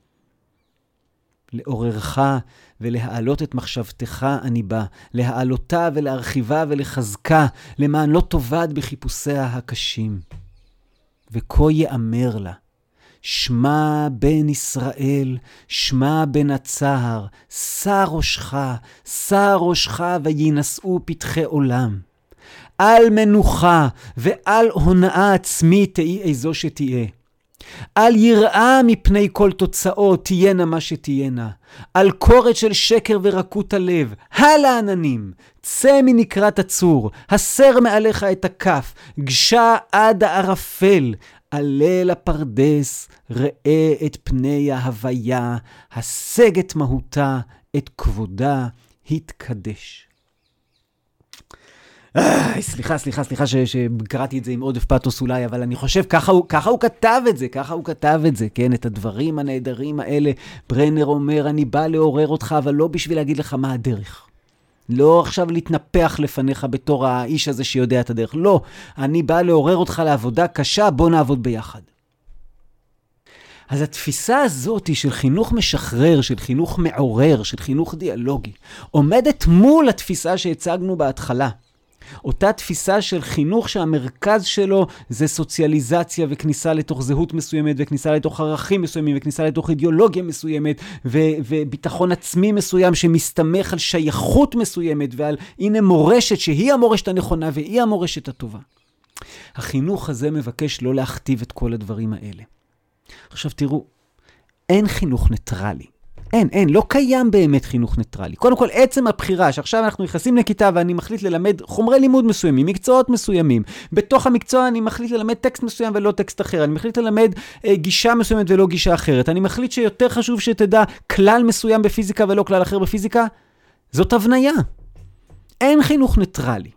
לעוררך ולהעלות את מחשבתך אני בא, להעלותה ולהרחיבה ולחזקה, למען לא תאבד בחיפושיה הקשים. וכה יאמר לה, שמע בן ישראל, שמע בן הצער, שא ראשך וינשאו פתחי עולם. על מנוחה ועל הונאה עצמית תהי איזו שתהיה. על יראה מפני כל תוצאות תהיינה מה שתהיינה. על קורת של שקר ורקות הלב, הלאה עננים, צא מנקרת הצור, הסר מעליך את הכף, גשה עד הערפל, עלה לפרדס, ראה את פני ההוויה, השג את מהותה, את כבודה, התקדש. סליחה שקראתי את זה עם עודף פאתוס אולי, אבל אני חושב ככה הוא כתב את זה, כן, את הדברים הנהדרים האלה. ברנר אומר, אני בא לעורר אותך, אבל לא בשביל להגיד לך מה הדרך. לא עכשיו להתנפח לפניך בתור האיש הזה שיודע את הדרך. לא, אני בא לעורר אותך לעבודה קשה, בוא נעבוד ביחד. אז התפיסה הזאת של חינוך משחרר, של חינוך מעורר, של חינוך דיאלוגי, עומדת מול התפיסה שהצגנו בהתחלה. אותה תפיסה של חינוך שהמרכז שלו זה סוציאליזציה וכניסה לתוך זהות מסוימת, וכניסה לתוך ערכים מסוימים, וכניסה לתוך אידיאולוגיה מסוימת, וביטחון עצמי מסוים שמסתמך על שייכות מסוימת, ועל הנה מורשת שהיא המורשת הנכונה והיא המורשת הטובה. החינוך הזה מבקש לא להכתיב את כל הדברים האלה. עכשיו תראו, אין חינוך ניטרלי. אין, לא קיים באמת חינוך ניטרלי. קודם כל, עצם הבחירה, שעכשיו אנחנו נכנסים לכיתה ואני מחליט ללמד חומרי לימוד מסוימים, מקצועות מסוימים. בתוך המקצוע אני מחליט ללמד טקסט מסוים ולא טקסט אחר. אני מחליט ללמד גישה מסוימת ולא גישה אחרת. אני מחליט שיותר חשוב שתדע כלל מסוים בפיזיקה ולא כלל אחר בפיזיקה. זאת הבניה. אין חינוך ניטרלי.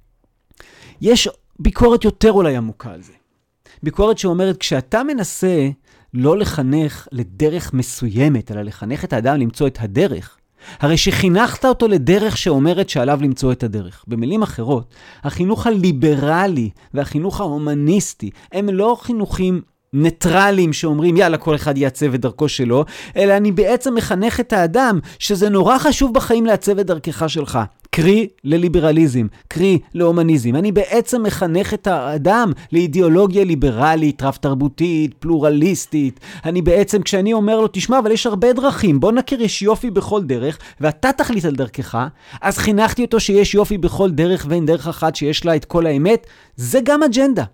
יש ביקורת יותר אולי עמוקה על זה. ביקורת שאומרת, כשאתה מנסה לא לחנך לדרך מסוימת, אלא לחנך את האדם למצוא את הדרך, הרי שחינכת אותו לדרך שאומרת שעליו למצוא את הדרך. במילים אחרות, החינוך הליברלי והחינוך ההומניסטי הם לא חינוכים ניטרליים שאומרים יאללה כל אחד יעצב את דרכו שלו, אלא אני בעצם מחנך את האדם שזה נורא חשוב בחיים לעצב את דרכך שלך. קרי לליברליזם, קרי להומניזם. אני בעצם מחנך את האדם לאידיאולוגיה ליברלית, רב תרבותית, פלורליסטית. אני בעצם, כשאני אומר לו, תשמע, אבל יש הרבה דרכים, בוא נכיר, יש יופי בכל דרך, ואתה תחליט על דרכך, אז חינכתי אותו שיש יופי בכל דרך, ואין דרך אחת שיש לה את כל האמת. זה גם אג'נדה.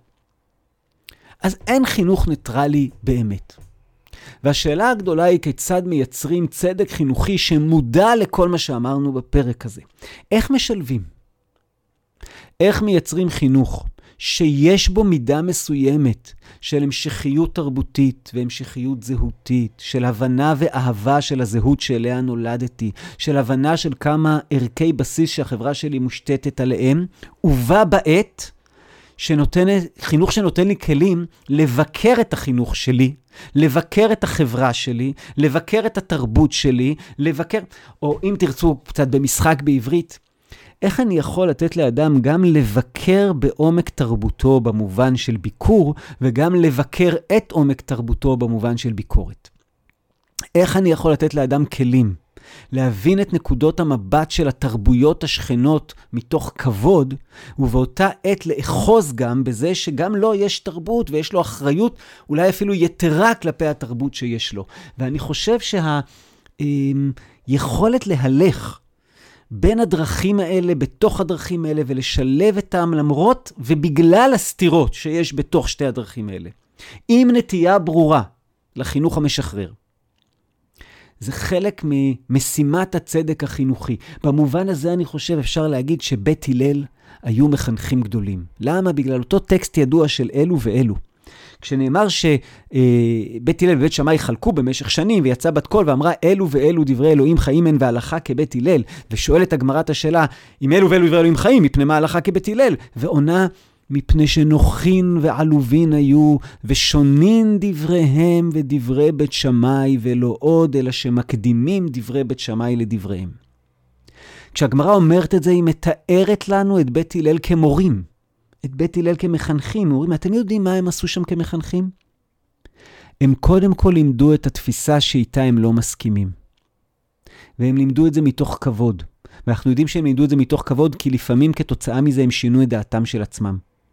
אז אין חינוך ניטרלי באמת. והשאלה הגדולה היא כיצד מייצרים צדק חינוכי שמודע לכל מה שאמרנו בפרק הזה. איך משלבים? איך מייצרים חינוך שיש בו מידה מסוימת של המשכיות תרבותית והמשכיות זהותית, של הבנה ואהבה של הזהות שאליה נולדתי, של הבנה של כמה ערכי בסיס שהחברה שלי מושתתת עליהם, ובה בעת חינוך שנותן לי כלים לבקר את החינוך שלי, לבקר את החברה שלי, לבקר את התרבות שלי, לבקר, או אם תרצו קצת במשחק בעברית, איך אני יכול לתת לאדם גם לבקר בעומק תרבותו במובן של ביקור, וגם לבקר את עומק תרבותו במובן של ביקורת. איך אני יכול לתת לאדם כלים, להבין את נקודות המבט של התרבויות השכנות מתוך כבוד, ובאותה עת לאחוז גם בזה שגם לו יש תרבות ויש לו אחריות אולי אפילו יתרה כלפי התרבות שיש לו. ואני חושב שהיכולת להלך בין הדרכים האלה, בתוך הדרכים האלה, ולשלב אותם למרות ובגלל הסתירות שיש בתוך שתי הדרכים האלה, עם נטייה ברורה לחינוך המשחרר, זה חלק ממשימת הצדק החינוכי. במובן הזה אני חושב אפשר להגיד שבית הלל היו מחנכים גדולים. למה? בגלל אותו טקסט ידוע של אלו ואלו. כשנאמר שבית הלל ובית שמאי חלקו במשך שנים, ויצא בת קול ואמרה, אלו ואלו דברי אלוהים חיים הן והלכה כבית הלל, ושואלת הגמרא את השאלה, אם אלו ואלו דברי אלוהים חיים, מפני מה הלכה כבית הלל? ועונה, מפני שנוחין ועלובין היו, ושונין דבריהם ודברי בית שמאי, ולא עוד, אלא שמקדימים דברי בית שמאי לדבריהם. כשהגמרא אומרת את זה, היא מתארת לנו את בית הלל כמורים, את בית הלל כמחנכים. אומרים, אתם יודעים מה הם עשו שם כמחנכים? הם קודם כל לימדו את התפיסה שאיתה הם לא מסכימים. והם לימדו את זה מתוך כבוד. ואנחנו יודעים שהם לימדו את זה מתוך כבוד, כי לפעמים כתוצאה מזה הם שינו את דעתם של עצמם.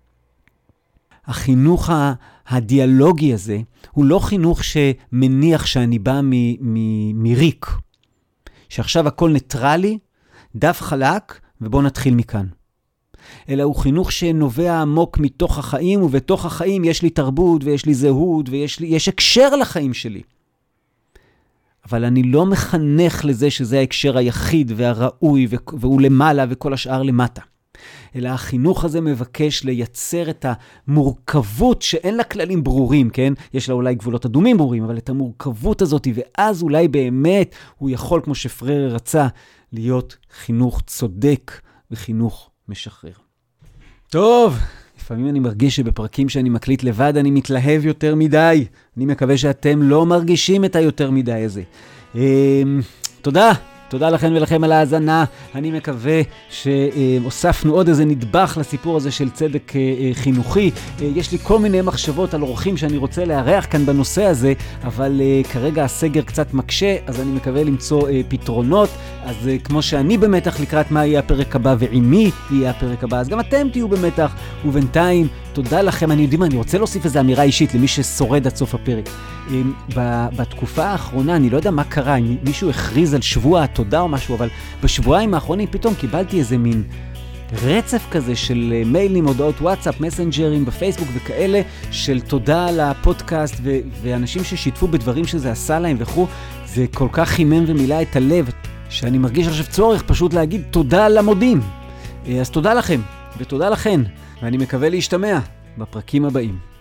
החינוך הדיאלוגי הזה, הוא לא חינוך שמניח שאני בא מריק. שעכשיו הכל ניטרלי, דף חלק, ובוא נתחיל מכאן. אלא הוא חינוך שנובע עמוק מתוך החיים, ובתוך החיים יש לי תרבות, ויש לי זהות, ויש הקשר לחיים שלי. אבל אני לא מחנך לזה שזה ההקשר היחיד והראוי, והוא למעלה וכל השאר למטה. אלא החינוך הזה מבקש לייצר את המורכבות שאין לה כללים ברורים, כן? יש לה אולי גבולות אדומים ברורים, אבל את המורכבות הזאת, ואז אולי באמת הוא יכול, כמו שפרר רצה, להיות חינוך צודק וחינוך משחרר. טוב, לפעמים אני מרגיש שבפרקים שאני מקליט לבד אני מתלהב יותר מדי. אני מקווה שאתם לא מרגישים את היותר מדי הזה. תודה. תודה לכם ולכם על ההאזנה. אני מקווה שהוספנו עוד איזה נדבך לסיפור הזה של צדק חינוכי. יש לי כל מיני מחשבות על אורחים שאני רוצה לארח כאן בנושא הזה, אבל כרגע הסגר קצת מקשה, אז אני מקווה למצוא פתרונות. אז כמו שאני במתח לקראת מה יהיה הפרק הבא ועם מי יהיה הפרק הבא, אז גם אתם תהיו במתח. ובינתיים, תודה לכם. אני יודעים, אני רוצה להוסיף איזו אמירה אישית למי ששורד עד סוף הפרק. בתקופה האחרונה, אני לא יודע מה קרה, אם מישהו הכריז על שבוע התודה או משהו, אבל בשבועיים האחרונים פתאום קיבלתי איזה מין רצף כזה של מיילים, הודעות וואטסאפ, מסנג'רים בפייסבוק וכאלה, של תודה על הפודקאסט ואנשים ששיתפו בדברים שזה עשה להם וכו'. זה כל כך חימם ומילא את הלב, שאני מרגיש עכשיו צורך פשוט להגיד תודה למודים. אז תודה לכם ותודה לכן, ואני מקווה להשתמע בפרקים הבאים.